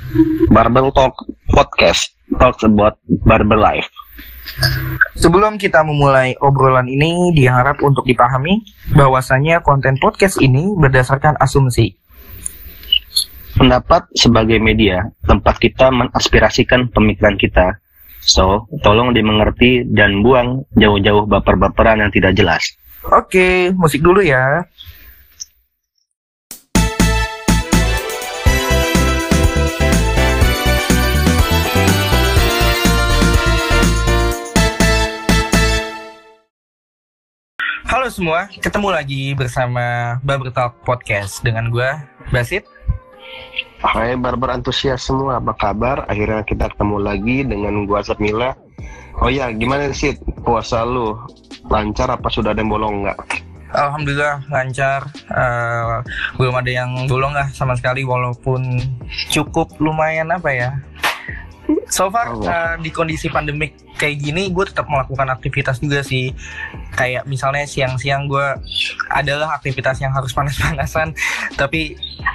Barbel Talk Podcast talks about barber life. Sebelum kita memulai obrolan ini, diharap untuk dipahami bahwasanya konten podcast ini berdasarkan asumsi. Pendapat sebagai media, tempat kita mengaspirasikan pemikiran kita. So, tolong dimengerti dan buang jauh-jauh baper-baperan yang tidak jelas. Oke, musik dulu ya. Halo semua, ketemu lagi bersama Barber Talk Podcast dengan gue, Basit. Hai barber antusias semua, apa kabar? Akhirnya kita ketemu lagi dengan gua Sapmila. Oh ya, gimana sih puasa lu? Lancar apa sudah ada yang bolong nggak? Alhamdulillah lancar, belum ada yang bolong lah sama sekali, walaupun cukup lumayan apa ya. So far di kondisi pandemik kayak gini, gue tetap melakukan aktivitas juga sih. Kayak misalnya siang-siang gue adalah aktivitas yang harus panas-panasan, tapi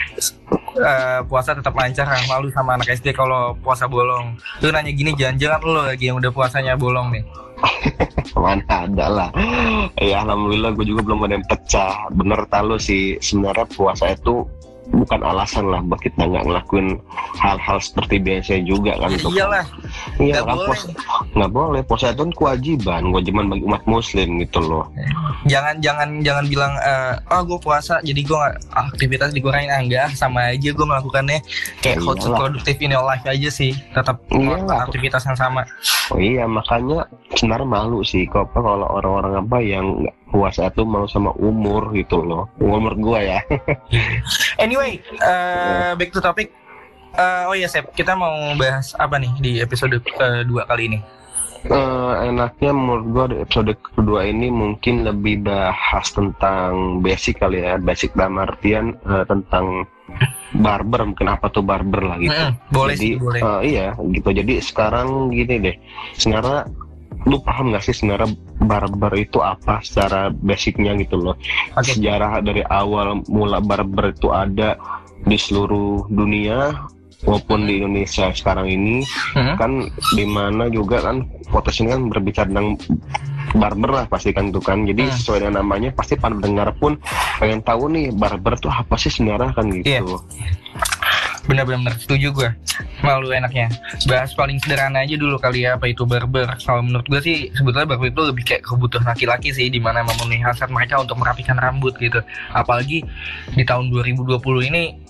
puasa tetap lancar. Malu sama anak SD kalau puasa bolong. Lu nanya gini, jangan-jangan lu lagi yang udah puasanya bolong nih? Mana ada lah. Ya alhamdulillah gue juga belum ada yang pecah. Bener tahu sih, sebenarnya puasa itu bukan alasan lah buat kita nggak ngelakuin hal-hal seperti biasa juga kan. Iyalah. Iya kan, nggak boleh. Puasa itu kan kewajiban bagi umat muslim gitu loh. Jangan bilang gue puasa jadi gue nggak aktivitas dikurangin. Enggak, sama aja gue melakukannya kayak how to productive in your life aja sih, tetap melakukan aktivitas yang sama. Oh iya, makanya sebenarnya malu sih kalau orang-orang apa yang nggak puasa itu mau sama umur gitu loh, umur gue ya. Anyway, back to topic. Oh iya Sep, kita mau bahas apa nih di episode kedua kali ini? Enaknya menurut gue di episode kedua ini mungkin lebih bahas tentang basic kali ya, basic dalam artian tentang barber, mungkin apa tuh barber lah gitu. Boleh jadi, sih, boleh. Iya gitu, jadi sekarang gini deh, sebenarnya lu paham gak sih sebenarnya barber itu apa secara basicnya gitu loh. Sejarah dari awal mula barber itu ada di seluruh dunia maupun di Indonesia sekarang ini kan, dimana juga kan potensi kan berbicara tentang barber lah pasti kan itu kan. Jadi sesuai dengan namanya pasti pendengar pun pengen tahu nih barber tuh apa sih sebenarnya kan gitu. Benar-benar setuju gue. Malu enaknya bahas paling sederhana aja dulu kali ya, apa itu barber. Kalau menurut gue sih sebetulnya barber itu lebih kayak kebutuhan laki-laki sih, dimana memenuhi hasrat mereka untuk merapikan rambut gitu. Apalagi di tahun 2020 ini,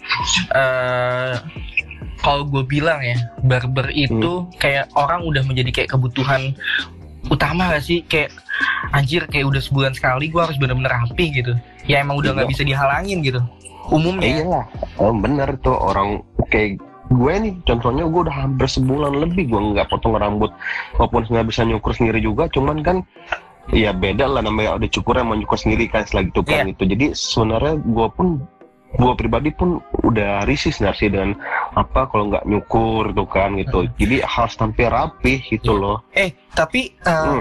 kalau gue bilang ya, barber itu kayak orang udah menjadi kayak kebutuhan utama gak sih? Kayak anjir, kayak udah sebulan sekali gue harus benar-benar rapi gitu. Ya emang udah nggak bisa dihalangin gitu umumnya. Iyalah, bener tuh orang kayak gue nih, contohnya gue udah hampir sebulan lebih gue nggak potong rambut, walaupun nggak bisa nyukur sendiri juga, cuman kan ya beda lah, namanya udah cukur yang mau nyukur sendiri kan setelah gitu kan gitu. Jadi sebenarnya gue pribadi pun udah risih sebenarnya dengan apa kalau nggak nyukur tuh kan gitu. Jadi harus tampil rapi gitu loh. Tapi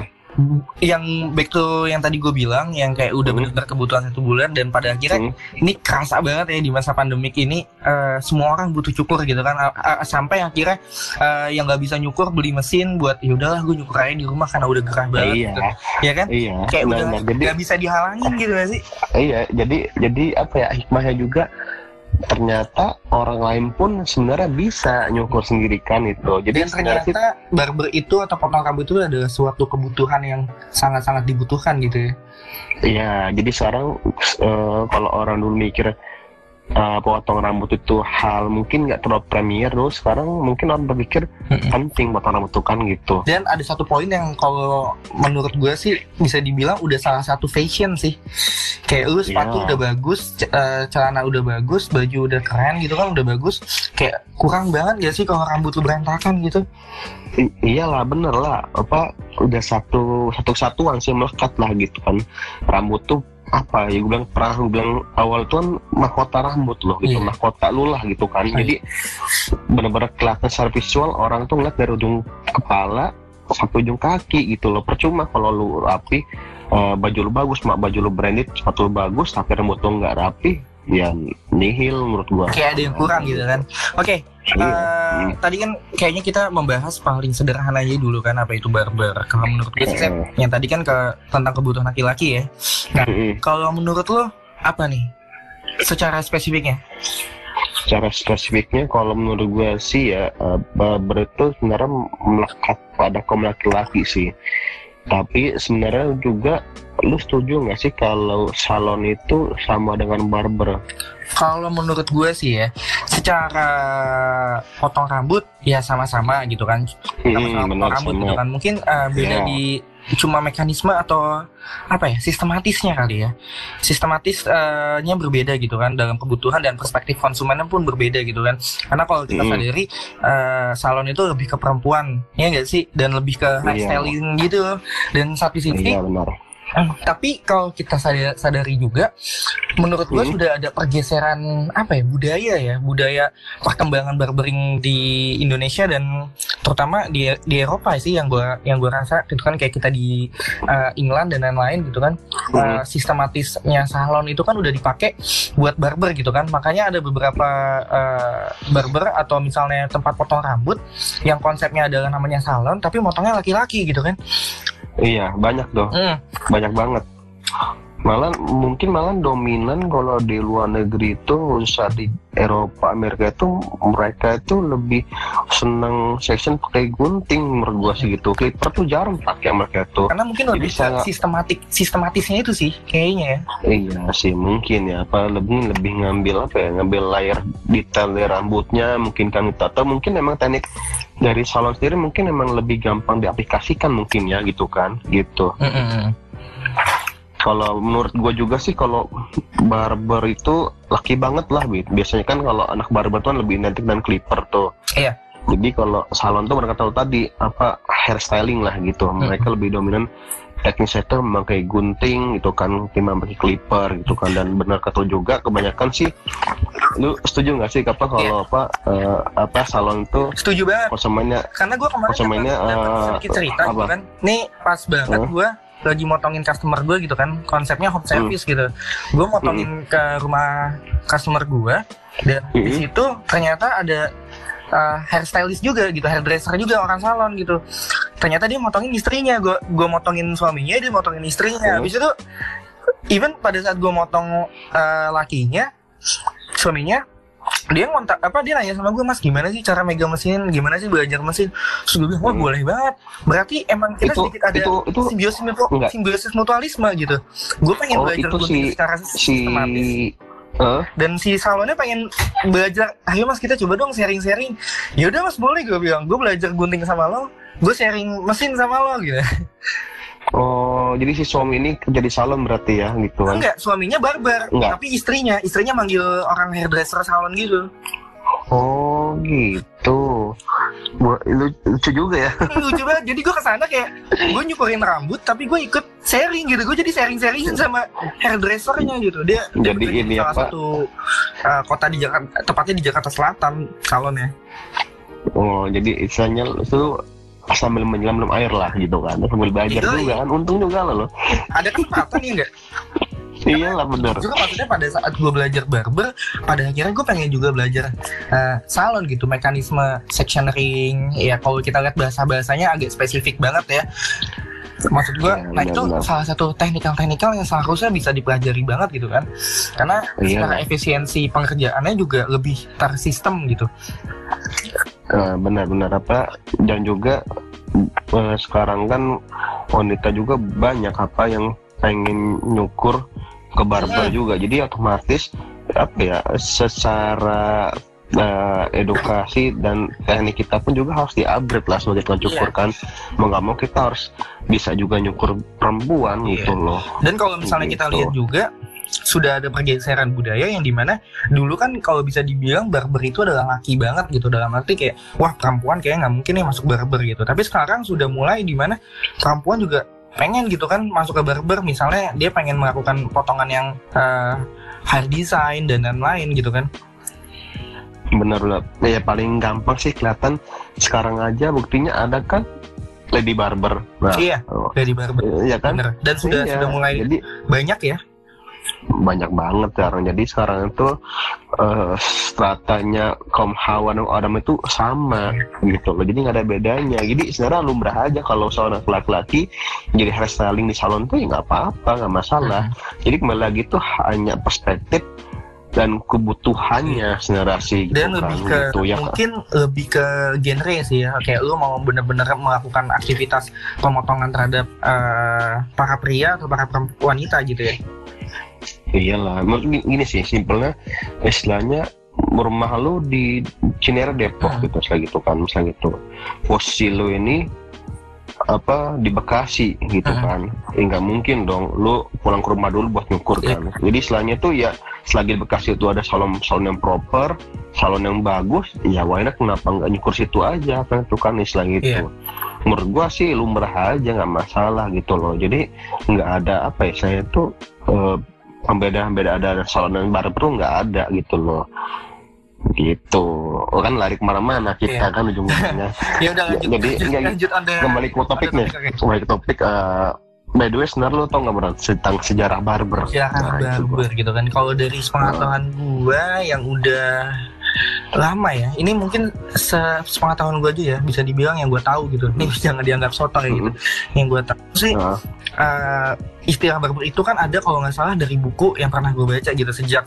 yang back to yang tadi gue bilang, yang kayak udah benar-benar kebutuhan 1 bulan, dan pada akhirnya ini kerasa banget ya di masa pandemik ini, semua orang butuh cukur gitu kan, sampai akhirnya yang nggak bisa nyukur beli mesin buat ya udahlah gue nyukur aja di rumah karena udah gerah banget gitu. Ya kan? Kayak udah nggak bisa dihalangin gitu gak sih? Iya, jadi apa ya, hikmahnya juga ternyata orang lain pun sebenarnya bisa nyukur sendiri kan itu. Jadi dan ternyata barber itu atau potong rambut itu adalah suatu kebutuhan yang sangat-sangat dibutuhkan gitu ya. Iya, jadi sekarang kalau orang dulu mikir potong rambut itu hal mungkin nggak terlalu premier dulu, sekarang mungkin orang berpikir penting potong rambut itu kan gitu. Dan ada satu poin yang kalau menurut gue sih bisa dibilang udah salah satu fashion sih. Kayak lu sepatu udah bagus, celana udah bagus, baju udah keren gitu kan, udah bagus, kayak kurang banget gak sih kalau rambut lu berantakan gitu? Iyalah, bener lah, apa udah satu kesatuan sih, melekat lah gitu kan. Rambut tuh apa ya, gue bilang awal tuh kan mahkota rambut loh gitu, mahkota lu lah gitu kan. Jadi benar-benar kelihatan secara visual, orang tuh ngeliat dari ujung kepala sampai ujung kaki gitu loh. Percuma kalau lu rapi, baju lu bagus, baju lu branded, sepatu lu bagus, tapi rambut lu nggak rapi, ya nihil menurut gua. Kayak ada yang kurang gitu kan. Oke. tadi kan kayaknya kita membahas paling sederhana aja dulu kan, apa itu barber. Kalau menurut gue sih, yang tadi kan tentang kebutuhan laki-laki ya. Nah, kalau menurut lo apa nih secara spesifiknya? Secara spesifiknya kalau menurut gue sih ya, barber itu sebenarnya melekat pada kaum laki-laki sih. Tapi sebenarnya juga lu setuju nggak sih kalau salon itu sama dengan barber? Kalau menurut gue sih ya, secara potong rambut ya sama-sama gitu kan, sama-sama potong rambut gitu kan. Mungkin beda di cuma mekanisme atau apa ya, sistematisnya kali ya. Sistematisnya berbeda gitu kan, dalam kebutuhan dan perspektif konsumennya pun berbeda gitu kan. Karena kalau kita sadari salon itu lebih ke perempuan, ya nggak sih, dan lebih ke hairstyling gitu. Dan satu sisi tapi kalau kita sadari juga, menurut gue sudah ada pergeseran apa ya, budaya perkembangan barbering di Indonesia dan terutama di Eropa sih, yang gue rasa itu kan kayak kita di England dan lain-lain gitu kan. Sistematisnya salon itu kan udah dipakai buat barber gitu kan. Makanya ada beberapa barber atau misalnya tempat potong rambut yang konsepnya adalah namanya salon tapi motongnya laki-laki gitu kan. Iya, banyak dong. Banyak banget. Mungkin dominan kalau di luar negeri itu, khususnya di Eropa, Amerika itu, mereka itu lebih seneng section pakai gunting menurut gua sih gitu. Clipper tuh jarang pakai mereka tuh. Karena mungkin lebih sistematisnya itu sih kayaknya ya. Iya sih mungkin ya. Apa lebih ngambil layer detail dari rambutnya mungkin kan, atau mungkin memang teknik dari salon sendiri mungkin memang lebih gampang diaplikasikan mungkin ya gitu kan, gitu. Kalau menurut gue juga sih, kalau barber itu laki banget lah, biasanya kan kalau anak barber tuh lebih identik dan clipper tuh. Iya. Jadi kalau salon tuh mereka tahu tadi apa hairstyling lah gitu. Mereka lebih dominan teknisnya itu memakai gunting gitu kan, memakai clipper gitu kan. Dan benar kata juga kebanyakan sih, lu setuju nggak sih kalau salon itu setuju banget konsumennya? Karena gue kemarin sedikit cerita gitu kan, nih pas banget gue lagi motongin customer gue gitu kan, konsepnya home service gitu. Gue motongin ke rumah customer gue, dan di situ ternyata ada hairstylist juga gitu, hairdresser juga, orang salon gitu. Ternyata dia motongin istrinya, gue motongin suaminya, dia motongin istrinya. Habis itu even pada saat gue motong suaminya, dia nanya sama gue, "Mas, gimana sih cara megang mesin, gimana sih belajar mesin?" Terus gue bilang, "Wah, boleh banget. Berarti emang kita sedikit ada simbiosis mutualisme gitu." Gue pengen belajar gunting secara sistematis. Dan si salonnya pengen belajar, "Ayo Mas, kita coba dong sharing-sharing." "Ya udah Mas, boleh," gue bilang. "Gue belajar gunting sama lo, gue sharing mesin sama lo," gitu. Oh, jadi si suami ini kerja di salon berarti ya, gitu kan? Enggak, suaminya barber, tapi istrinya manggil orang hairdresser salon gitu. Oh, gitu. Lucu juga ya. Lucu banget. Jadi gue kesana kayak gue nyukurin rambut, tapi gue ikut sharing gitu. Gue jadi sharing sama hairdressernya gitu. Dia jadi ini salah satu kota di Jakarta, tepatnya di Jakarta Selatan salonnya. Oh, jadi istilahnya itu sambil menyelam air lah gitu kan, sambil belajar juga kan, untung juga lo. Ada kesempatan ya enggak? Iyalah benar. Juga maksudnya pada saat gue belajar barber, pada akhirnya gue pengen juga belajar salon gitu, mekanisme sectioning. Ya kalau kita lihat bahasanya agak spesifik banget ya. Maksud gue, itu salah satu teknikal yang seharusnya bisa dipelajari banget gitu kan. Karena secara efisiensi pengerjaannya juga lebih tersistem gitu. Benar-benar dan juga sekarang kan wanita juga banyak yang pengen nyukur ke barber juga, jadi otomatis secara edukasi dan teknik kita pun juga harus di-upgrade lah sebagai tukang cukur kan. Mau nggak mau kita harus bisa juga nyukur perempuan gitu loh. Dan kalau misalnya kita lihat juga sudah ada pergeseran budaya yang dimana dulu kan kalau bisa dibilang barber itu adalah laki banget gitu, dalam arti kayak wah perempuan kayaknya nggak mungkin ya masuk barber gitu. Tapi sekarang sudah mulai dimana perempuan juga pengen gitu kan masuk ke barber, misalnya dia pengen melakukan potongan yang hair design dan lain-lain gitu kan. Bener lah, ya paling gampang sih kelihatan sekarang aja buktinya ada kan Lady Barber. Lady Barber. Iya kan? Bener. Dan sudah mulai jadi banyak ya. banyak banget sekarang. Jadi sekarang itu stratanya kaum Hawa dan Adam itu sama gitu loh. Jadi nggak ada bedanya. Jadi sebenarnya lumrah aja kalau seorang laki-laki jadi hairstyling di salon tuh ya nggak apa-apa, nggak masalah. Jadi kembali lagi tuh hanya perspektif dan kebutuhannya sebenarnya sih gitu. Dan lebih ke gitu, ya, mungkin lebih ke genre sih ya, kayak lu mau bener-bener melakukan aktivitas pemotongan terhadap para pria atau para wanita gitu ya. Iyalah, gini sih simpelnya, istilahnya rumah lu di Cinere Depok gitu, misalnya gitu kan, misalnya gitu. Posisi lu ini di Bekasi gitu kan, nggak mungkin dong lu pulang ke rumah dulu buat nyukur kan. Jadi istilahnya tuh ya selagi di Bekasi itu ada salon yang proper, salon yang bagus, ya why not, kenapa nggak nyukur situ aja kan, itu kan istilah gitu. Menurut gua sih lumrah aja, nggak masalah gitu loh. Jadi nggak ada saya tuh pembeda ada salon yang barber tuh nggak ada gitu loh. Gitu kan, lari kemana-mana kita kan ujung-ujungnya. Ya udah lanjut kembali ke topik nih. Kembali ke topik. By the way, sebenarnya lo tau nggak berat tentang sejarah barber? Barber gitu kan. Kalau dari pengetahuan gua yang udah lama ya, ini mungkin sepengetahuan gue aja ya, bisa dibilang yang gue tahu gitu. Nih jangan dianggap sotoy gitu. Yang gue tahu sih istilah barber itu kan ada kalau nggak salah dari buku yang pernah gue baca gitu sejak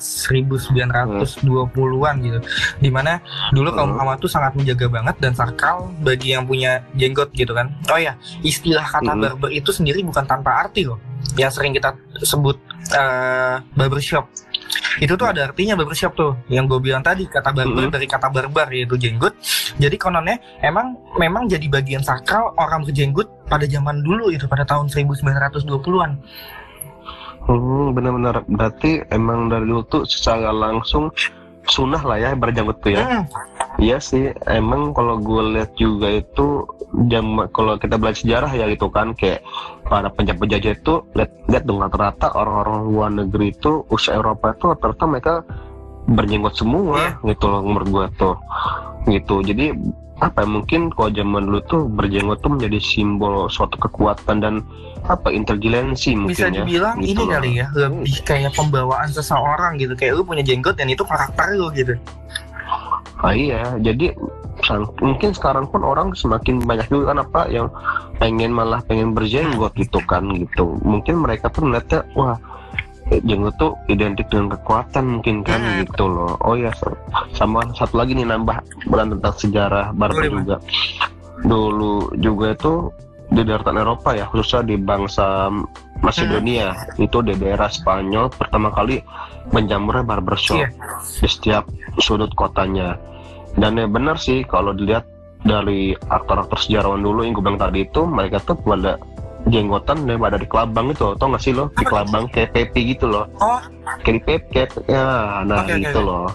1920-an gitu, dimana dulu kaum Hawa tuh sangat menjaga banget dan sakral bagi yang punya jenggot gitu kan. Oh ya, istilah kata barber itu sendiri bukan tanpa arti loh, yang sering kita sebut barbershop. Itu tuh ada artinya barbershop tuh, yang gue bilang tadi, kata barber dari kata barbar yaitu jenggot. Jadi kononnya memang jadi bagian sakral orang berjenggot pada zaman dulu itu, pada tahun 1920-an. Benar-benar, berarti emang dari dulu tuh secara langsung sunnah lah ya berjenggot tuh ya. Iya sih, emang kalau gue lihat juga itu kalau kita belajar sejarah ya gitu kan, kayak para penjajah itu lihat dong, rata-rata orang-orang luar negeri itu usia Eropa itu rata-rata mereka berjenggot semua gitu loh, menurut gue tuh gitu. Jadi mungkin kalau zaman dulu tuh berjenggot tuh menjadi simbol suatu kekuatan dan intelijensi mungkin. Bisa dibilang gitu ini loh. Kali ya, lebih kayak pembawaan seseorang gitu, kayak lu punya jenggot dan itu karakter lu gitu. Iya, jadi mungkin sekarang pun orang semakin banyak juga kan yang pengen berjenggot gitu kan gitu. Mungkin mereka pun melihatnya, wah jenggot tuh identik dengan kekuatan mungkin kan gitu loh. Oh ya, sama satu lagi nih nambah tentang sejarah barber juga. Dulu juga itu di daratan Eropa ya, khususnya di bangsa Macedonia, itu di daerah Spanyol pertama kali menjamurnya barbershop di setiap sudut kotanya. Dan ya benar sih kalau dilihat dari aktor-aktor sejarawan dulu yang gue bilang tadi itu, mereka tuh pada jenggotan daripada di kelabang itu, tau gak sih lo, di kelabang kayak Pepe gitu loh. Kayak di Pepe ya, gitu loh.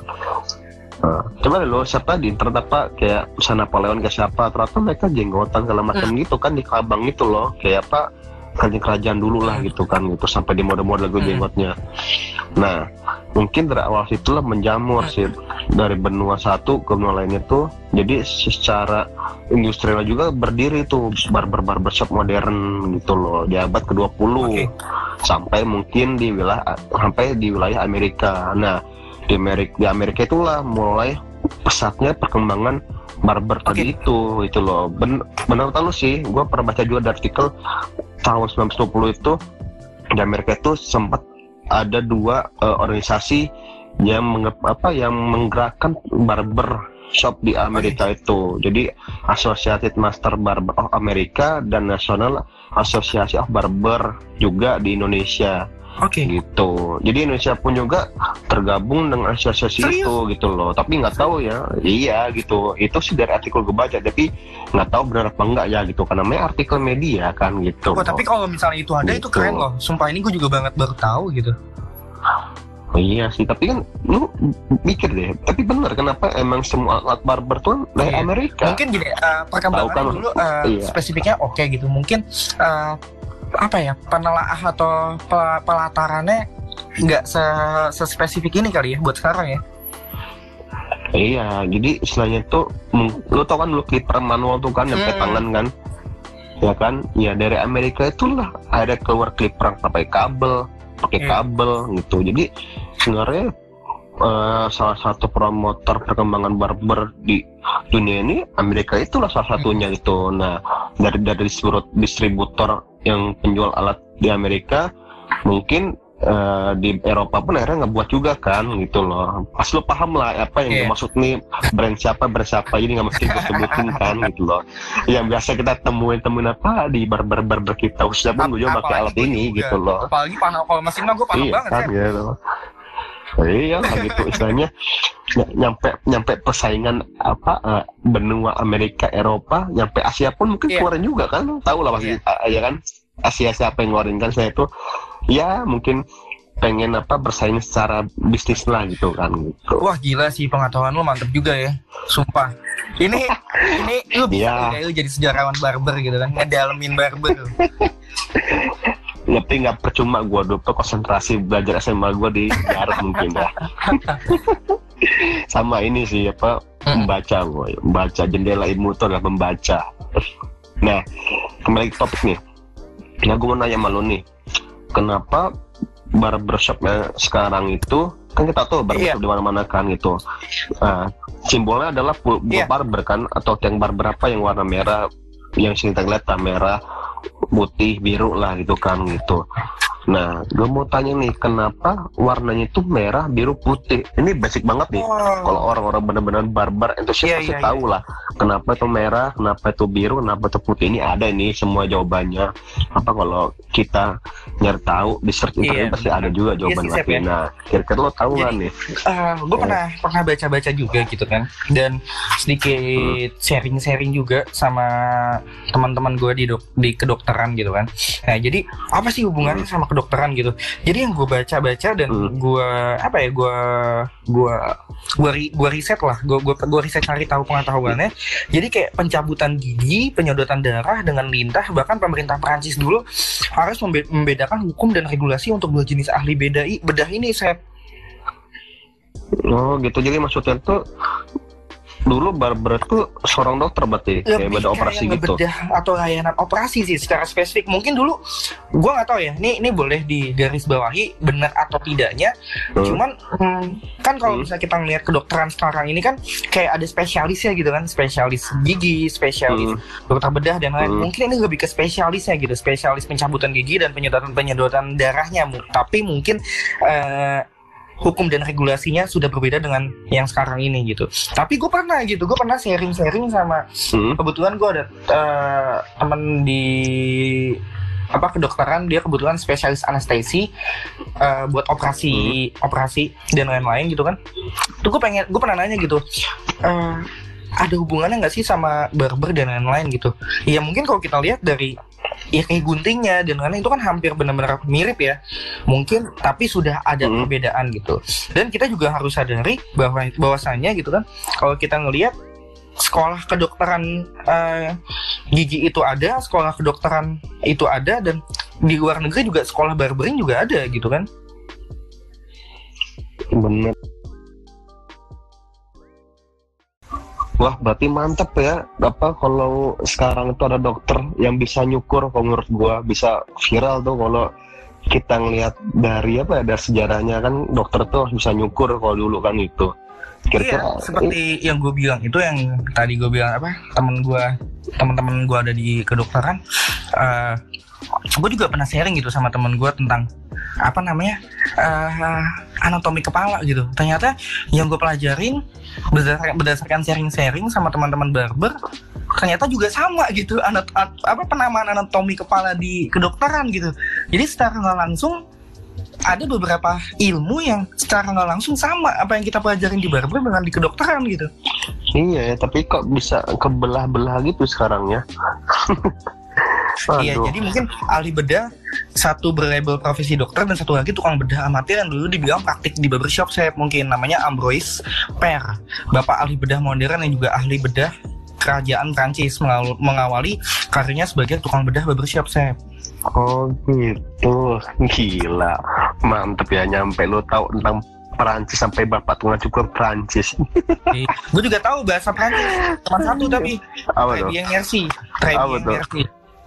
Coba lo siapa di internet kayak misalnya Napoleon kayak siapa, ternyata mereka jenggotan segala macam gitu kan di kelabang itu loh, kayak kerajaan dulu lah gitu kan gitu, sampai di model-model jenggotnya. Nah mungkin dari awal situlah menjamur sih dari benua satu ke benua lainnya tuh. Jadi secara industrial juga berdiri tuh barbershop modern gitu loh di abad ke-20 sampai mungkin di wilayah Amerika. Nah di Amerika itulah mulai pesatnya perkembangan barber tadi itu loh. Benar tahu sih, gue pernah baca juga di artikel tahun 1920 itu di Amerika itu sempat ada dua organisasi yang menggerakkan barber shop di Amerika itu. Jadi Associated Master Barber of America dan National Association of Barber juga di Indonesia. Gitu. Jadi Indonesia pun juga tergabung dengan asosiasi itu gitu loh. Tapi nggak tahu ya. Iya gitu. Itu sih dari artikel gue baca. Tapi nggak tahu benar apa enggak ya gitu. Karena namanya artikel media kan gitu. Tapi kalau misalnya itu ada gitu. Itu keren loh. Sumpah ini gue juga baru tahu gitu. Iya sih. Tapi kan lu mikir deh. Tapi benar kenapa emang semua alat barber tuh dari Amerika? Mungkin gini. Perkembangan dulu spesifiknya gitu. Mungkin penelaah atau pelatarannya nggak sespesifik ini kali ya buat sekarang ya. Iya, jadi istilahnya tuh lu tau kan, lu clipper manual tuh kan yang pakai tangan kan, ya kan, ya dari Amerika itulah ada keluar clipper pakai kabel, pakai kabel gitu. Jadi sebenarnya salah satu promotor perkembangan barber di dunia ini Amerika itulah salah satunya gitu. Nah, dari distributor yang penjual alat di Amerika, mungkin di Eropa pun akhirnya ngebuat juga kan gitu loh. Pas lo paham lah apa yang dimaksud nih, brand siapa jadi nggak mesti gue sebutin kan gitu loh. Yang biasa kita temuin apa di barber kita, khususnya pun gue juga pakai alat ini juga, gitu loh. Apalagi kalau mesin mah gue paham banget kan, ya gitu. Iya lah gitu istilahnya. nyampe persaingan benua Amerika, Eropa, nyampe Asia pun mungkin keluarin juga kan. Tahu lah pasti ya kan, Asia siapa yang ngeluarin kan. Saya itu ya mungkin pengen bersaing secara bisnis lah gitu kan gitu. Wah gila sih, pengetahuan lo mantep juga ya, sumpah. Ini lu bisa lu jadi sejarawan barber gitu kan, ngedalemin barber. Tapi nggak percuma gue dulu konsentrasi belajar SMA gue di Garut mungkin ya. Sama ini sih membaca jendela ilmu itu adalah membaca. Nah, kembali ke topik nih. Nah, gue mau nanya sama lo nih, kenapa barbershopnya sekarang itu, kan kita tahu barbershop di mana-mana kan gitu. Simbolnya adalah barber kan, atau tiang barber apa yang warna merah, yang sering kita lihat merah, putih, biru lah gitu kan gitu. Nah, gue mau tanya nih, kenapa warnanya itu merah, biru, putih? Ini basic banget nih. Kalau orang-orang benar-benar barber entusias pasti tahu lah. Kenapa itu merah, kenapa itu biru, kenapa itu putih? Ini ada nih semua jawabannya. Apa kalau kita nyari tahu di search internet pasti ada juga jawaban lagi. Nah, kira-kira lo tahu nggak nih? Gue pernah baca-baca juga gitu kan. Dan sedikit sharing-sharing juga sama teman-teman gue di kedokteran gitu kan. Nah, jadi apa sih hubungannya sama kedokteran gitu? Jadi yang gue baca-baca dan gue riset lah, gue riset cari tahu pengetahuannya. Jadi kayak pencabutan gigi, penyedotan darah dengan lintah, bahkan pemerintah Perancis dulu harus membedakan hukum dan regulasi untuk dua jenis ahli bedah ini, Seth. Oh gitu, jadi maksudnya tuh dulu barber tuh seorang dokter berarti kayak beda operasi gitu atau layanan operasi sih secara spesifik. Mungkin dulu gue nggak tahu ya, ini boleh digarisbawahi benar atau tidaknya. Cuman kan kalau misalnya kita ngelihat kedokteran sekarang ini kan kayak ada spesialisnya gitu kan, spesialis gigi, spesialis dokter bedah dan lain. Mungkin ini lebih ke spesialisnya gitu, spesialis pencabutan gigi dan penyedotan darahnya. Tapi mungkin hukum dan regulasinya sudah berbeda dengan yang sekarang ini gitu. Tapi gue pernah sharing-sharing sama kebetulan gue ada teman di kedokteran, dia kebetulan spesialis anestesi buat operasi dan lain-lain gitu kan. Tuh gue pernah nanya gitu, ada hubungannya nggak sih sama barber dan lain-lain gitu? Ya mungkin kalau kita lihat dari kayak guntingnya dan lain-lain itu kan hampir benar-benar mirip ya, mungkin, tapi sudah ada perbedaan gitu. Dan kita juga harus sadari bahwasannya gitu kan, kalau kita ngelihat sekolah kedokteran gigi itu ada, sekolah kedokteran itu ada, dan di luar negeri juga sekolah barbering juga ada gitu kan. Bener. Wah, berarti mantep ya. Kalau sekarang itu ada dokter yang bisa nyukur, kalau menurut gua bisa viral tuh kalau kita ngelihat dari dari sejarahnya kan, dokter tuh bisa nyukur kalau dulu kan itu. Kira-kira seperti yang gue bilang itu, yang tadi gue bilang teman-teman gue ada di kedokteran. Gue juga pernah sharing gitu sama teman gue tentang anatomi kepala gitu. Ternyata yang gue pelajarin berdasarkan sharing-sharing sama teman-teman barber, ternyata juga sama gitu penamaan anatomi kepala di kedokteran gitu. Jadi secara nggak langsung ada beberapa ilmu yang secara nggak langsung sama apa yang kita pelajarin di barber dengan di kedokteran gitu. Iya ya, tapi kok bisa kebelah-belah gitu sekarang ya. Iya, jadi mungkin ahli bedah satu berlabel profesi dokter dan satu lagi tukang bedah amatir yang dulu dibilang praktik di barbershop. Saya mungkin namanya Ambroise Paré, bapak ahli bedah modern yang juga ahli bedah kerajaan Prancis, mengawali karirnya sebagai tukang bedah barbershop. Saya gitu, gila, mantep ya, nyampe lo tahu tentang Perancis sampai bapak tukang cukur Perancis. Gue juga tahu bahasa Perancis, cuma satu tapi Très bien merci.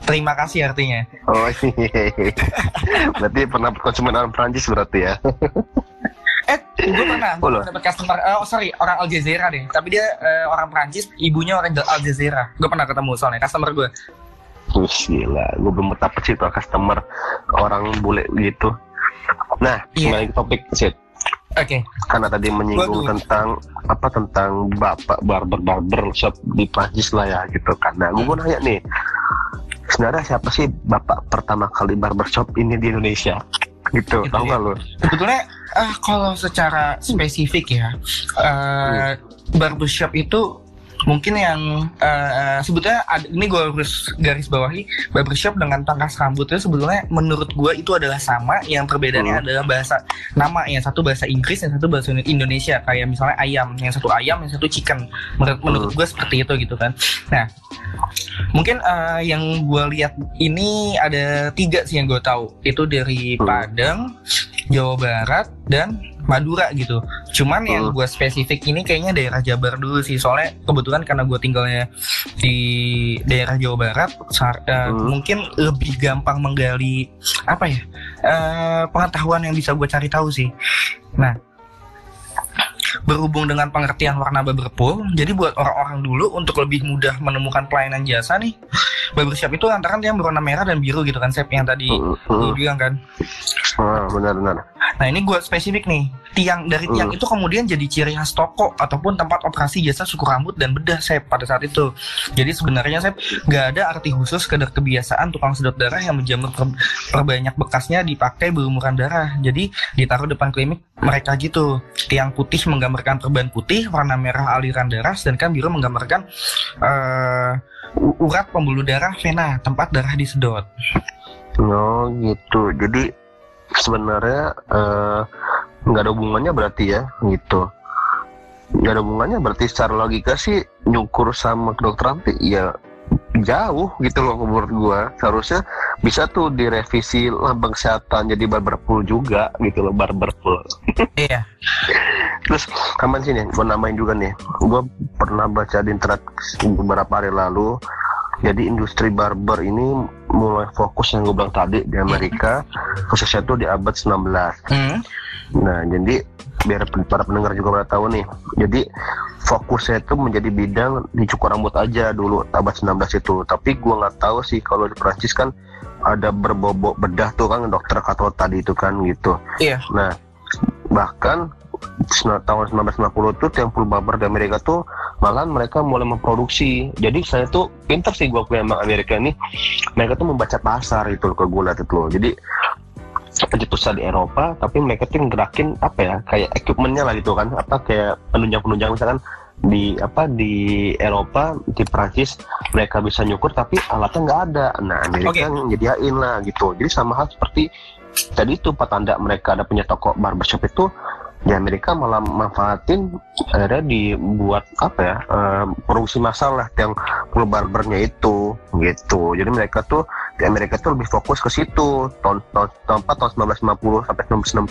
Terima kasih artinya. Oh iya. Berarti pernah konsumen orang Prancis berarti ya? Gue pernah dapat customer, orang Al Jazeera deh. Tapi dia orang Prancis, ibunya orang Al Jazeera. Gue pernah ketemu soalnya customer gue. Gila, gue belum betapa sih tuh customer orang bule gitu. Nah, kembali ke topik sih. Oke. Karena tadi menyinggung tentang bapak barber shop di Prancis lah ya gitu. Karena gue mau nanya nih, sebenarnya siapa sih bapak pertama kali barbershop ini di Indonesia? Gitu, tahu nggak lo? Sebetulnya kalau secara spesifik ya, barbershop itu mungkin yang sebetulnya ini gue harus garis bawahi, barbershop dengan pangkas rambut itu sebetulnya menurut gue itu adalah sama, yang perbedaannya adalah bahasa nama, yang satu bahasa Inggris, yang satu bahasa Indonesia, kayak misalnya ayam, yang satu chicken, menurut gue seperti itu gitu kan. Nah, mungkin yang gue lihat ini ada 3 sih yang gue tahu, itu dari Padang, Jawa Barat, dan Madura gitu. Cuman yang gue spesifik ini kayaknya daerah Jabar dulu sih, soalnya kebetulan karena gue tinggalnya di daerah Jawa Barat, mungkin lebih gampang menggali pengetahuan yang bisa gue cari tahu sih. Nah, berhubung dengan pengertian warna barberpole, jadi buat orang-orang dulu untuk lebih mudah menemukan pelayanan jasa nih, barbershop itu antara yang berwarna merah dan biru gitu kan, Sep, yang tadi gue bilang kan. Benar. Nah, ini gue spesifik nih, tiang itu kemudian jadi ciri khas toko ataupun tempat operasi jasa suku rambut dan bedah, Sep, pada saat itu. Jadi sebenarnya, Sep, gak ada arti khusus sekedar kebiasaan tukang sedot darah yang menjamur perbanyak bekasnya dipakai berumuran darah. Jadi ditaruh depan klinik mereka gitu. Tiang putih menggambarkan perban putih, warna merah aliran darah, sedangkan biru menggambarkan urat pembuluh darah vena, tempat darah disedot. Oh gitu. Jadi sebenarnya nggak ada hubungannya berarti ya gitu. Nggak ada hubungannya berarti secara logika sih nyukur sama kedokteran ya jauh gitu loh menurut gua. Seharusnya bisa tuh direvisi lambang kesehatan jadi barberpole juga gitu loh, barberpole. Iya. Terus kapan sih nih gua namain juga nih, gua pernah baca di internet beberapa hari lalu. Jadi industri barber ini mulai fokus yang gue bilang tadi di Amerika, khususnya tuh di abad 19. Nah, jadi biar para pendengar juga pada tahu nih. Jadi fokusnya itu menjadi bidang di cukur rambut aja dulu abad 19 itu. Tapi gue nggak tahu sih kalau di Prancis kan ada berbobot bedah tuh kan, dokter Kato tadi itu kan gitu. Iya. Nah, bahkan tahun 1950 tuh tiang full barber di Amerika tuh malahan mereka mulai memproduksi. Jadi saya tuh pintar sih gue punya emang Amerika ini, mereka tuh membaca pasar itu loh, ke gue lihat itu loh. Jadi seperti pusat di Eropa, tapi mereka tuh gerakin kayak equipmentnya lah gitu kan, kayak penunjang misalkan di Eropa, di Prancis mereka bisa nyukur tapi alatnya nggak ada. Nah, Amerika nyediain lah gitu. Jadi sama hal seperti tadi itu petanda mereka ada punya toko barbershop itu di Amerika malah manfaatin, akhirnya dibuat produksi massal lah yang full barbernya itu gitu. Jadi mereka tuh di Amerika tuh lebih fokus ke situ tahun 1950 sampai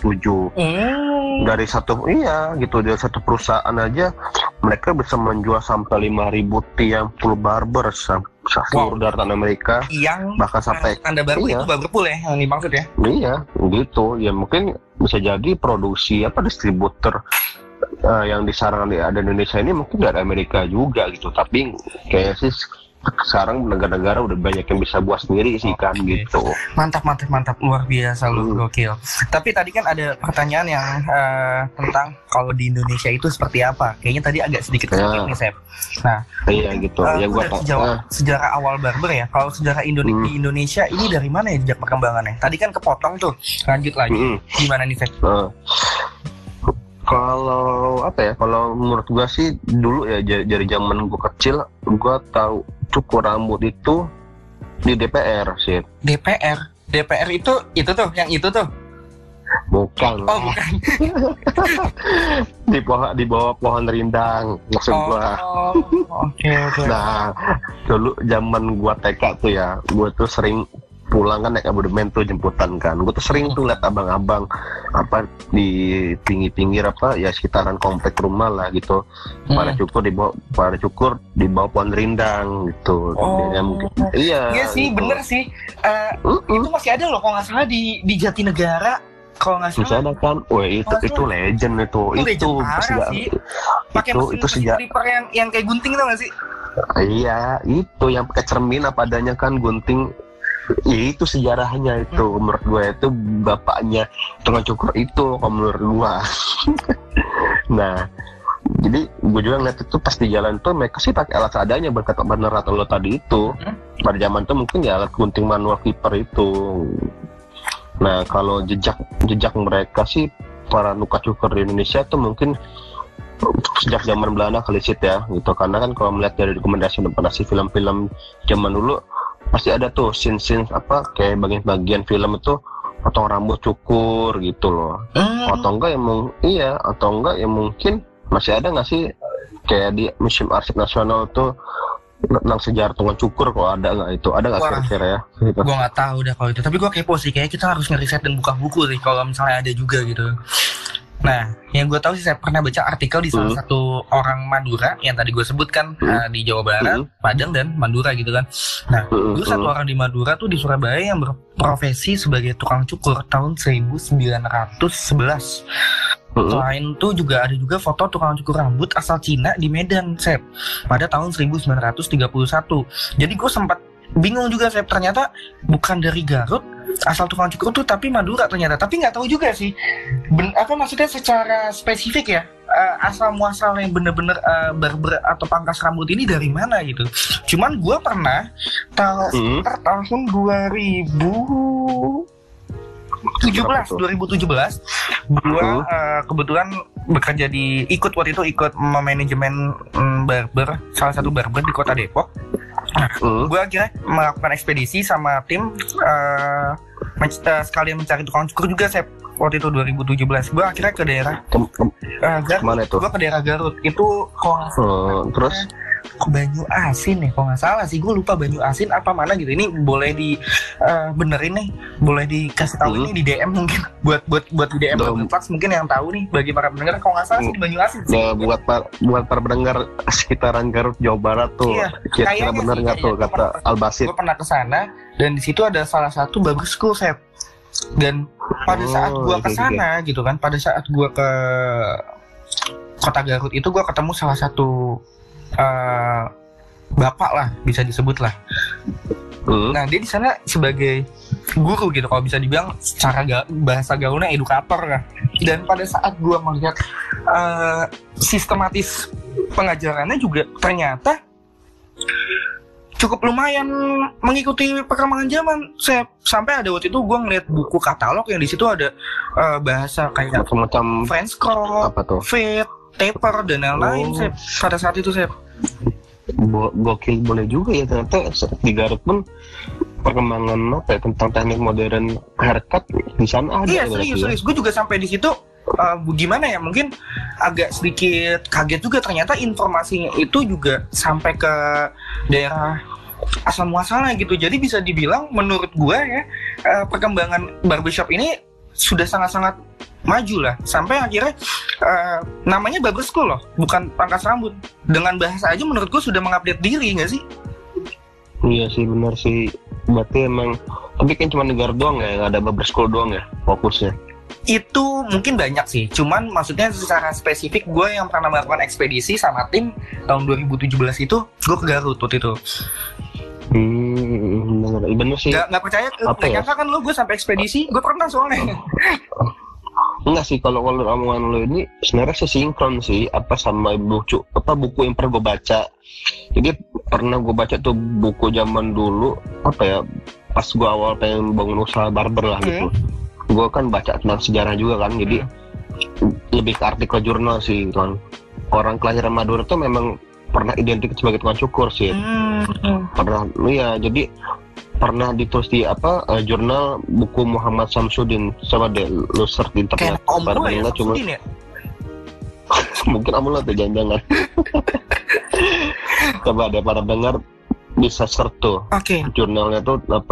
1967. Dari dari satu perusahaan aja mereka bisa menjual sampai 5.000 tiang full barber seluruh daratan Amerika, yang bahkan sampai tanda baru itu barberpole ya yang dimaksud ya. Iya gitu ya, mungkin bisa jadi produksi distributor yang disarankan di Indonesia ini mungkin dari Amerika juga gitu, tapi kayak sih sekarang negara-negara udah banyak yang bisa buat sendiri sih kan gitu. Mantap, luar biasa lu, gokil. Tapi tadi kan ada pertanyaan yang tentang kalau di Indonesia itu seperti apa. Kayaknya tadi agak sedikit sedikit nih, Sep. Nah, iya gitu. Ya gua sejarah awal barber ya. Kalau sejarah di Indonesia ini dari mana ya jejak perkembangannya? Tadi kan kepotong tuh. Lanjut lagi. Gimana nih, Sep? Kalau kalau menurut gua sih dulu ya dari zaman gua kecil, gua tahu cukur rambut itu di DPR sih. DPR itu tuh, yang itu tuh. Bukan. Oh, bukan. di bawah pohon rindang maksud gua. Oke. Nah, dulu zaman gua TK tuh ya, gua tuh sering pulang kan naik abodemen tuh jemputan kan. Gue tuh sering tuh liat abang-abang apa di pinggir-pinggir apa ya sekitaran komplek rumah lah gitu. Pada cukur dibawa pohon rindang gitu. Ya, mungkin, iya sih gitu. bener sih. Itu masih ada loh kalau nggak salah di Jatinegara. Kalau nggak salah. Masih ada kan? Wah itu legend itu. Itu sih. Pakai mesin stripper yang kayak gunting tau nggak sih? Iya, itu yang pakai cermin apa adanya kan gunting. Ya itu sejarahnya itu menurut gue itu bapaknya tukang cukur itu kalau menurut gue. Nah, jadi gue juga ngeliat itu pas di jalan tuh mereka sih pakai alat seadanya berkata bener atau lo tadi itu. Pada zaman tuh mungkin ya alat gunting manual clipper itu. Nah, kalau jejak mereka sih para nuka cukur di Indonesia tuh mungkin sejak zaman Belanda kali sih ya gitu, karena kan kalau melihat dari rekomendasi film-film zaman dulu pasti ada tuh scene apa kayak bagian-bagian film itu potong rambut cukur gitu loh. Atau enggak yang mungkin masih ada nggak sih kayak di Museum Arsip Nasional tuh tentang sejarah tukang cukur, kok ada nggak itu? Ada nggak kira-kira ya? Gitu. Gue nggak tahu deh kalau itu, tapi gue kepo sih, kayak kita harus ngeriset dan buka buku sih kalau misalnya ada juga gitu. Nah, yang gue tahu sih saya pernah baca artikel di salah satu orang Madura yang tadi gue sebutkan di Jawa Barat, Padang dan Madura gitu kan. Nah, dulu satu orang di Madura tuh di Surabaya yang berprofesi sebagai tukang cukur tahun 1911. Selain itu juga ada juga foto tukang cukur rambut asal Cina di Medan, Sep, pada tahun 1931. Jadi gue sempat bingung juga, Sep, ternyata bukan dari Garut asal tukang cukur tuh, tapi Madura ternyata. Tapi nggak tahu juga sih apa maksudnya secara spesifik ya, asal muasal yang bener-bener barber atau pangkas rambut ini dari mana gitu. Cuman gue pernah sekitar tahun 2017 gue kebetulan bekerja ikut manajemen barber, salah satu barber di kota Depok. Nah, gue akhirnya melakukan ekspedisi sama tim sekalian mencari tukang cukur juga, Sep. Waktu itu 2017 gue akhirnya ke daerah Garut. Mana itu? Gue ke daerah Garut itu terus Banyu Asin ya kalau nggak salah sih, gue lupa Banyu Asin apa mana gitu. Ini boleh di benerin nih, boleh dikasih tahu ini di DM mungkin buat di DM Barberflux mungkin yang tahu nih bagi para pendengar. Kalau nggak salah sih di Banyu Asin sih. Nah, buat para pendengar sekitaran Garut Jawa Barat tuh, kira-kira bener nggak tuh kata Albasit? Gue pernah kesana dan di situ ada salah satu barber school, Sep. Dan pada saat gue kesana gitu kan, pada saat gue ke kota Garut itu gue ketemu salah satu bapak lah, bisa disebut lah. Nah, dia di sana sebagai guru gitu, kalau bisa dibilang secara bahasa gaulnya edukator lah. Dan pada saat gue melihat sistematis pengajarannya juga ternyata cukup lumayan mengikuti perkembangan zaman. Sampai ada waktu itu gue ngeliat buku katalog yang di situ ada bahasa kayak macam French crop, fade, taper dan lain-lain. Pada saat itu gokil boleh juga ya, ternyata di Garut pun perkembangan apa ya tentang teknik modern haircut di sana ada. Iya, serius. Gue juga sampai di situ gimana ya, mungkin agak sedikit kaget juga, ternyata informasinya itu juga sampai ke daerah asal muasalnya gitu. Jadi bisa dibilang menurut gue ya, perkembangan barbershop ini sudah sangat-sangat maju lah, sampai akhirnya namanya barber school loh, bukan pangkas rambut. Dengan bahasa aja menurut gue sudah mengupdate diri, nggak sih? Iya sih, benar sih. Berarti emang, tapi kan cuma negara doang ya, nggak ada barber school doang ya fokusnya? Itu mungkin banyak sih, cuman maksudnya secara spesifik gue yang pernah melakukan ekspedisi sama tim tahun 2017 itu gue ke Garut waktu itu. Bener sih. Nggak percaya, nggak nyangka kan lo gue sampai ekspedisi, gue pernah soalnya. Enggak sih, kalau omongan lo ini sebenarnya sesinkron sih apa sama buku yang pernah gue baca. Jadi pernah gue baca tuh buku zaman dulu apa ya, pas gue awal pengen bangun usaha barber lah gitu. Gue kan baca tentang sejarah juga kan, jadi lebih ke artikel jurnal sih kan. Orang kelahiran Madura tuh memang pernah identik sebagai tukang cukur sih. Pernah, ya jadi pernah ditulis di jurnal buku Muhammad Samsudin. Coba deh lu search di internet. Kayak Om Lo ya, Samsudin ya? Mungkin Om Lo tuh jangan-jangan. Coba deh para dengar bisa search tuh. Oke. Jurnalnya tuh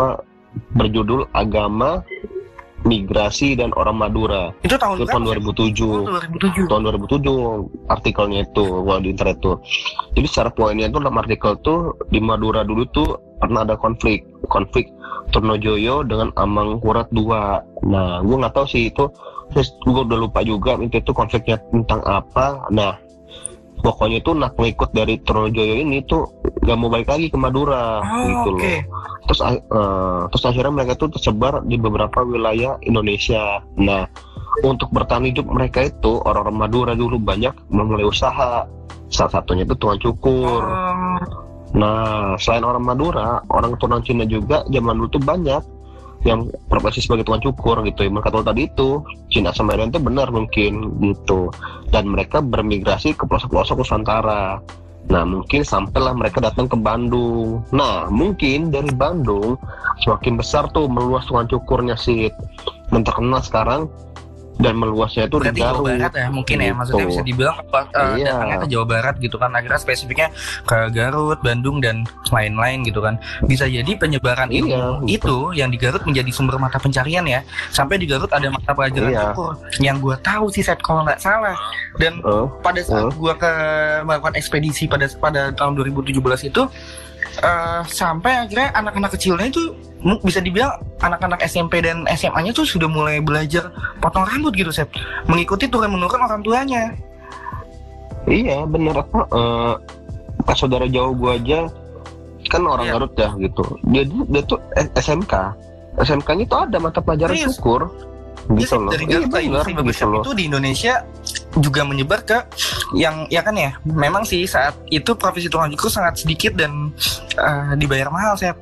berjudul Agama, Migrasi dan Orang Madura. Itu tahun Tahun 2007. 2007. Tahun 2007 artikelnya itu di internet tuh. Jadi secara poinnya itu dalam artikel tuh di Madura dulu tuh pernah ada konflik Trunojoyo dengan Amangkurat II. Nah, gue nggak tahu sih itu, gue udah lupa juga itu konfliknya tentang apa. Nah, pokoknya itu pengikut dari Trunojoyo ini tuh gak mau balik lagi ke Madura gitu loh. Terus akhirnya mereka tuh tersebar di beberapa wilayah Indonesia. Nah, untuk bertahan hidup mereka itu orang-orang Madura dulu banyak memulai usaha. Salah satunya itu tukang cukur. Nah, selain orang Madura, orang keturunan Cina juga zaman dulu tuh banyak yang profesi sebagai tukang cukur gitu. Yang mereka tahu tadi itu Cina sama Iran itu benar mungkin gitu. Dan mereka bermigrasi ke pelosok-pelosok Nusantara. Nah, mungkin sampailah mereka datang ke Bandung. Nah, mungkin dari Bandung semakin besar tuh meluas tukang cukurnya sih. Dan terkenal sekarang dan meluasnya itu berarti di Garut. Jawa Barat ya mungkin gitu. Ya maksudnya bisa dibilang datangnya ke Jawa Barat gitu kan, akhirnya spesifiknya ke Garut, Bandung dan lain-lain gitu kan. Bisa jadi penyebaran ilmu itu yang di Garut menjadi sumber mata pencarian ya, sampai di Garut ada mata pelajaran cukur yang gue tahu sih Seth kalau nggak salah. Dan pada saat gue melakukan ekspedisi pada tahun 2017 itu sampai akhirnya anak-anak kecilnya itu bisa dibilang anak-anak SMP dan SMA-nya tuh sudah mulai belajar potong rambut gitu, Seth, mengikuti turun-menurun orang tuanya. Iya bener apa pas saudara jauh gua aja kan orang Garut ya gitu, dia tuh SMK-nya tuh ada mata pelajaran cukur gitu loh. Dari Garut industri barbershop itu di Indonesia juga menyebar ke yang ya kan ya, memang sih saat itu profesi tukang cukur sangat sedikit dan dibayar mahal, Seth.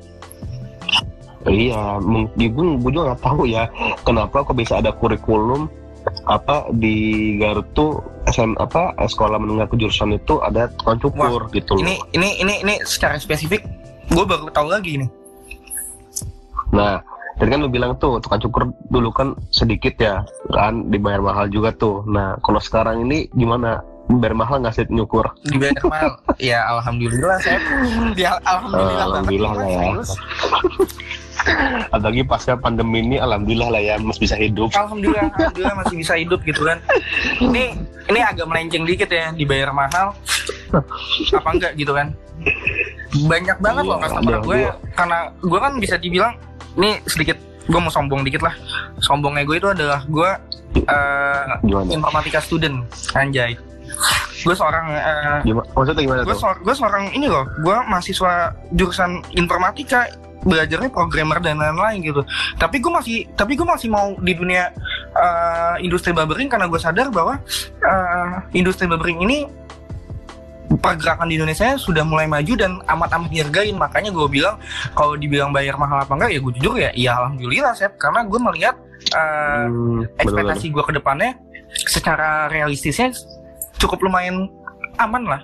Iya, mungkin gue juga nggak tahu ya kenapa kok bisa ada kurikulum apa di Garut tuh sekolah menengah kejurusan itu ada tukang cukur. Wah, gitu loh. Ini secara spesifik gue baru tahu lagi nih. Nah, tadi kan lu bilang tuh tukang cukur dulu kan sedikit ya kan, dibayar mahal juga tuh. Nah, kalau sekarang ini gimana? Dibayar mahal nggak sih nyukur? Dibayar mahal? Ya alhamdulillah saya. Alhamdulillah lah ya. Apalagi pasca pandemi ini alhamdulillah lah ya masih bisa hidup. Alhamdulillah masih bisa hidup gitu kan. Ini agak melenceng dikit ya, dibayar mahal apa enggak gitu kan. Banyak banget loh customer gue, karena gue kan bisa dibilang ini sedikit gue mau sombong dikit lah. Sombongnya gue itu adalah gue informatika student, anjay. Gue seorang maksudnya gimana tuh? Gue seorang ini loh, gue mahasiswa jurusan informatika, belajarnya programmer dan lain-lain gitu. Tapi gue masih mau di dunia industri barbering karena gue sadar bahwa industri barbering ini pergerakan di Indonesia sudah mulai maju dan amat dihargain. Makanya gue bilang kalau dibilang bayar mahal apa enggak ya gue jujur ya alhamdulillah Seth, karena gue melihat ekspektasi gue ke depannya secara realistisnya cukup lumayan aman lah.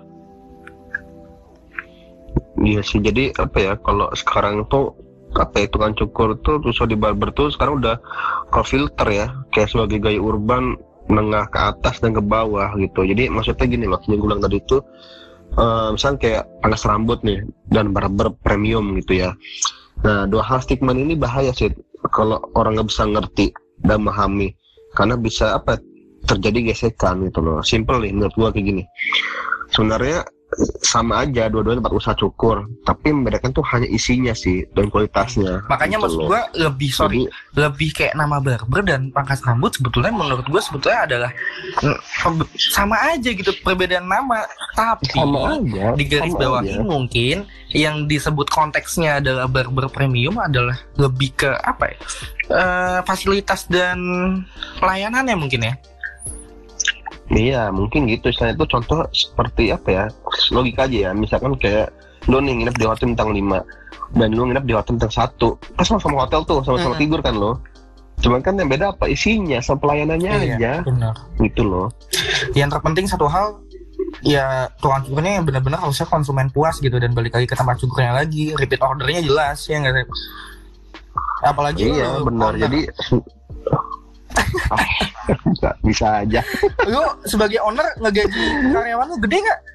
Iya sih, jadi apa ya, kalau sekarang tuh tukang cukur tuh terus di barber tuh sekarang udah ke filter ya, kayak sebagai gaya urban menengah ke atas dan ke bawah gitu. Jadi maksudnya gini loh, yang gue bilang tadi tuh misalnya kayak pangkas rambut nih dan barber premium gitu ya. Nah, dua hal stigma ini bahaya sih kalau orang nggak bisa ngerti dan memahami, karena bisa terjadi gesekan gitu loh. Simple nih menurut gue kayak gini, sebenarnya sama aja dua-duanya tempat usaha cukur, tapi membedakan tuh hanya isinya sih dan kualitasnya. Makanya gitu maksud gue lebih kayak nama barber dan pangkas rambut sebetulnya menurut gue adalah sama aja gitu, perbedaan nama, tapi di garis bawahi mungkin yang disebut konteksnya adalah barber premium adalah lebih ke fasilitas dan pelayanannya mungkin ya. Iya mungkin gitu. Istilahnya itu contoh seperti logika aja ya, misalkan kayak lo nih nginep di hotel bintang 5 dan lo nginep di hotel bintang 1, kan sama hotel tuh sama-sama tidur kan lo, cuman kan yang beda isinya sama pelayanannya aja. Benar. Gitu loh. Yang terpenting satu hal ya, tukang cukurnya yang benar-benar harusnya konsumen puas gitu, dan balik lagi ke tempat cukurnya lagi, repeat ordernya jelas ya nggak sih? Apalagi benar. Jadi bisa aja. Lu sebagai owner ngegaji karyawan lu gede nggak?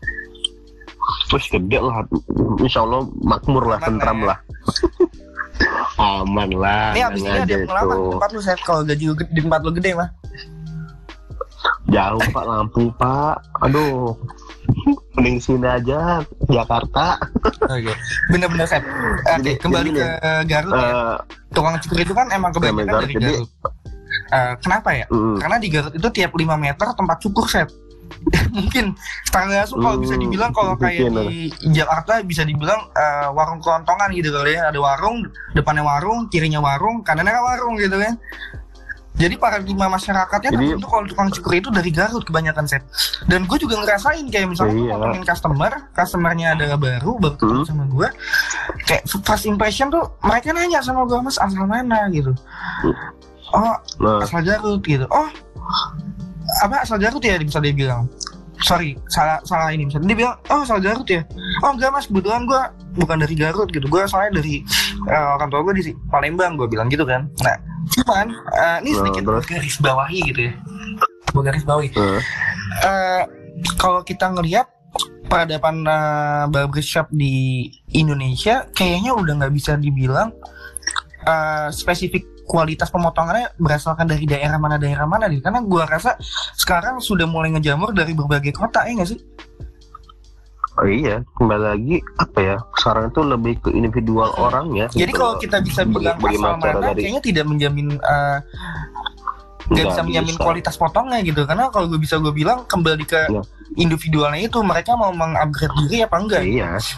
Terus gede lah, insya Allah makmur lah, tentram lah. Aman lah. Ini abis ini ada yang ngelamar di tempat lu, Seth. Kalau gaji di tempat lu gede mah. Jauh Pak, Lampung Pak. Aduh. Mending sini aja, Jakarta. Oke. Bener-bener, Seth. Oke, kembali ke Garut ya. Tukang cukur itu kan emang kebanyakan dari Garut. Kenapa ya? Karena di Garut itu tiap 5 meter tempat cukur, Seth. Mungkin setengah langsung kalau bisa dibilang, kalau kayak di Jakarta bisa dibilang warung kelontongan gitu kali ya. Ada warung, depannya warung, kirinya warung, kanannya warung gitu kan. Jadi paradigma masyarakatnya untuk kalau tukang cukur itu dari Garut kebanyakan, Set. Dan gue juga ngerasain kayak misalnya ngomongin customernya adalah baru ketemu sama gue, kayak first impression tuh mereka nanya sama gue, Mas asal mana gitu. Oh asal Garut gitu. Oh apa asal Garut ya, bisa dia bilang. Sorry, salah ini misalnya. Dia bilang, oh asal Garut ya. Oh enggak Mas, kebetulan gue bukan dari Garut gitu. Gue soalnya dari orang tua gue di Palembang, gue bilang gitu kan. Nah, cuman ini sedikit garis bawahi gitu ya. Garis bawahi. Kalau kita ngelihat peradaban barbershop di Indonesia, kayaknya udah nggak bisa dibilang spesifik kualitas pemotongannya berasalkan dari daerah mana nih, karena gua rasa sekarang sudah mulai ngejamur dari berbagai kota, ya nggak sih? Oh iya, kembali lagi apa ya, sekarang itu lebih ke individual orang ya. Jadi gitu, kalau kita bisa bilang asal mana, kayaknya tidak menjamin nggak bisa menjamin kualitas potongnya gitu, karena kalau gue bilang kembali ke individualnya itu, mereka mau mengupgrade diri apa enggak?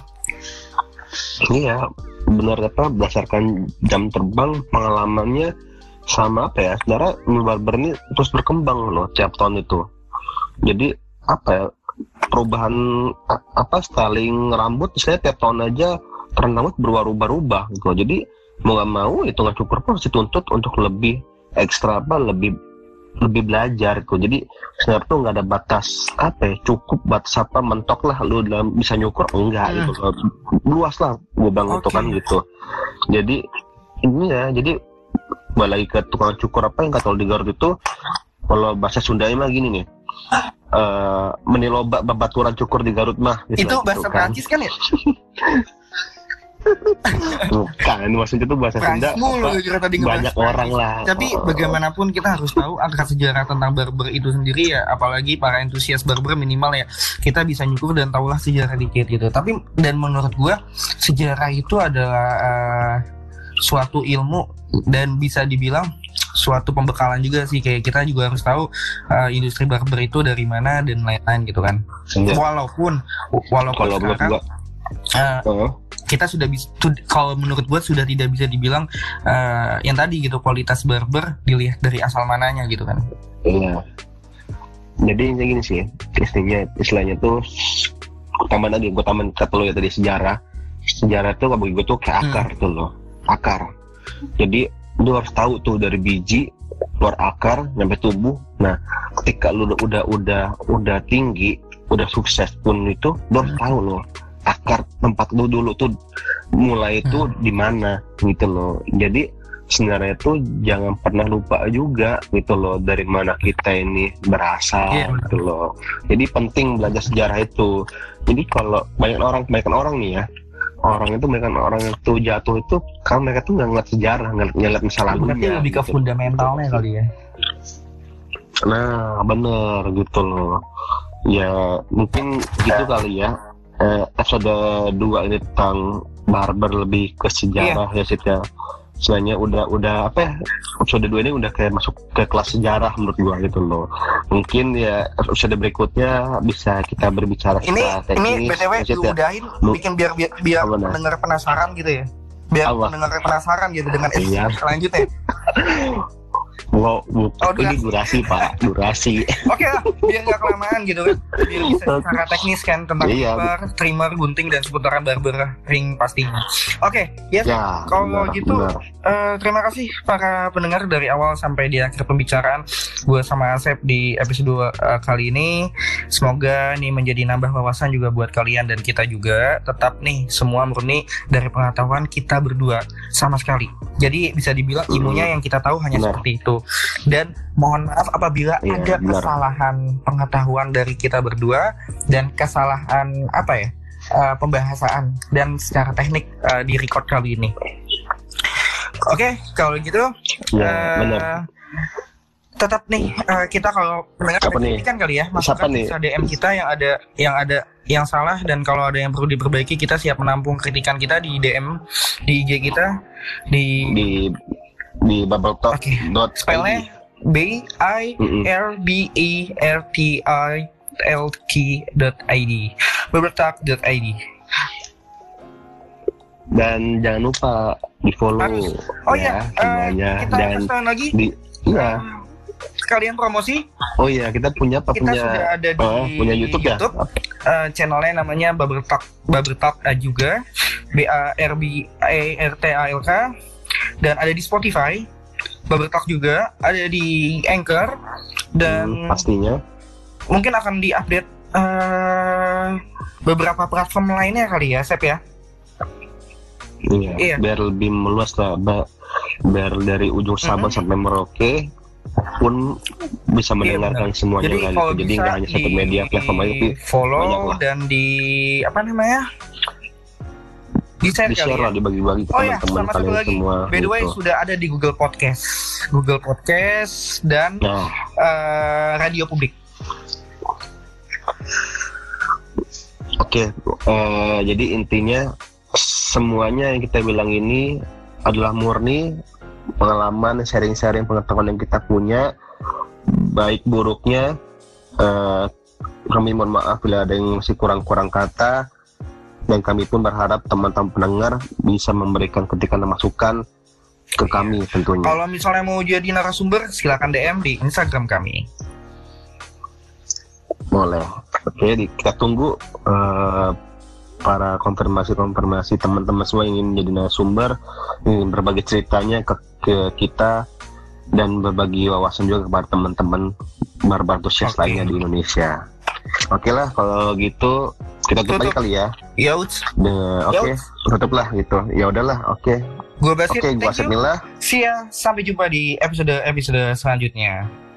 Iya, benar kata, berdasarkan jam terbang, pengalamannya sama apa ya, sebenarnya barber ini terus berkembang loh tiap tahun itu. Jadi apa ya, perubahan styling rambut saya tiap tahun aja tren rambut berubah-ubah gitu. Jadi mau nggak mau itu nggak cukur pun dituntut untuk lebih ekstra lebih belajar gitu. Jadi sebenarnya tuh nggak ada batas cukup batas mentok lah lu bisa nyukur enggak gitu, luas lah gue bilang itu kan gitu. Jadi ini ya, jadi balik lagi ke tukang cukur yang kata di Garut itu, kalau bahasa Sundanya mah gini nih, meniloba babaturan cukur di Garut mah gitu. Itu bahasa Prancis kan ya? Bukan, maksudnya itu bahasa Sunda banyak orang lah. Tapi bagaimanapun kita harus tahu akar sejarah tentang barber itu sendiri ya, apalagi para entusias barber minimal ya, kita bisa nyukur dan tahulah sejarah dikit gitu. Tapi dan menurut gua sejarah itu adalah suatu ilmu dan bisa dibilang suatu pembekalan juga sih, kayak kita juga harus tahu industri barber itu dari mana dan lain-lain gitu kan. Walaupun sekarang kita sudah bisa, kalau menurut gue sudah tidak bisa dibilang yang tadi gitu, kualitas barber dilihat dari asal mananya gitu kan. Iya. Jadi gini sih, istilahnya tuh tambahan lagi, gue tambahan kata lo ya tadi, sejarah tuh bagi gue tuh kayak akar tuh loh, akar. Jadi lu harus tahu tuh dari biji keluar akar sampai tubuh. Nah, ketika lu udah tinggi, udah sukses pun itu, lu harus tahu loh akar tempat lu dulu tuh mulai itu di mana gitu loh. Jadi sebenarnya tuh jangan pernah lupa juga gitu loh dari mana kita ini berasal gitu loh. Jadi penting belajar sejarah itu. Jadi kalau banyak orang nih ya, orang itu jatuh itu karena mereka tuh nggak ngeliat sejarah, nggak ngeliat masa lalunya. Berarti lebih ke fundamentalnya kali ya. Nah bener gitu loh. Ya mungkin gitu kali ya. Episode 2 ini tentang barber lebih ke sejarah ya Sid ya. Sebenarnya udah episode 2 ini udah kayak masuk ke kelas sejarah menurut gua gitu loh. Mungkin ya episode berikutnya bisa kita berbicara secara teknis. Ini BTW diudahin bikin biar pendengar penasaran gitu ya. Biar pendengar penasaran gitu dengan episode selanjutnya. Ini durasi Pak, durasi. Oke lah, biar nggak kelamaan gitu kan, biar bisa secara teknis kan tentang clipper, trimmer, gunting dan seputaran barber ring pastinya. Oke, kalau gitu terima kasih para pendengar dari awal sampai di akhir pembicaraan gue sama Asep di episode 2 kali ini. Semoga nih menjadi nambah wawasan juga buat kalian, dan kita juga tetap nih semua murni dari pengetahuan kita berdua sama sekali. Jadi bisa dibilang ilmunya yang kita tahu hanya seperti itu. Dan mohon maaf apabila ada kesalahan pengetahuan dari kita berdua dan kesalahan pembahasan dan secara teknik di record kali ini. Oke, kalau gitu Ya, benar. tetap nih kita kalau pendengar Apa ada nih? kritikan kali ya, Siapa masukkan nih? bisa DM kita yang ada yang salah, dan kalau ada yang perlu diperbaiki kita siap menampung kritikan kita di DM di IG kita di Di bubbletalk.id. spellnya BIRBERTILK.id bubbletalk.id. Dan jangan lupa di follow Oh ya iya, semuanya, kita dan kasih tahu lagi iya. sekalian promosi. Oh iya, kita punya Sudah ada di punya YouTube ya? Channelnya namanya Bubbletalk juga, BARBERTALK, dan ada di Spotify. Bubbletalk juga ada di Anchor, dan pastinya mungkin akan diupdate beberapa platform lainnya kali ya, Sep ya. iya. Biar lebih meluas lah, biar dari ujung Sabang sampai Merauke pun bisa mendengarkan semuanya. Jadi kan, kalau jadi bisa nggak hanya satu media platform aja, tapi follow banyak lah. dan di di share kali lah, ya. dibagi-bagi ke Oh ya, teman-teman sama satu kalian lagi. semua. By the way, gitu. sudah ada di Google Podcast dan Radio Publik. Oke, jadi intinya semuanya yang kita bilang ini adalah murni pengalaman, sharing-sharing pengetahuan yang kita punya, baik buruknya. Kami mohon maaf bila ada yang masih kurang-kurang kata, dan kami pun berharap teman-teman pendengar bisa memberikan kritikan dan masukan ke kami tentunya. Kalau misalnya mau jadi narasumber, silakan DM di Instagram kami. Boleh. Oke, kita tunggu para konfirmasi teman-teman semua yang ingin jadi narasumber, ingin berbagi ceritanya ke kita, dan berbagi wawasan juga kepada teman-teman barbar antusias lainnya di Indonesia. Oke lah, kalau gitu kita tutup aja kali ya. Yauts. Oke, tutup lah gitu. Ya udahlah, oke. Gua Basit. Oke, gua Asep Mila. See ya, sampai jumpa di episode selanjutnya.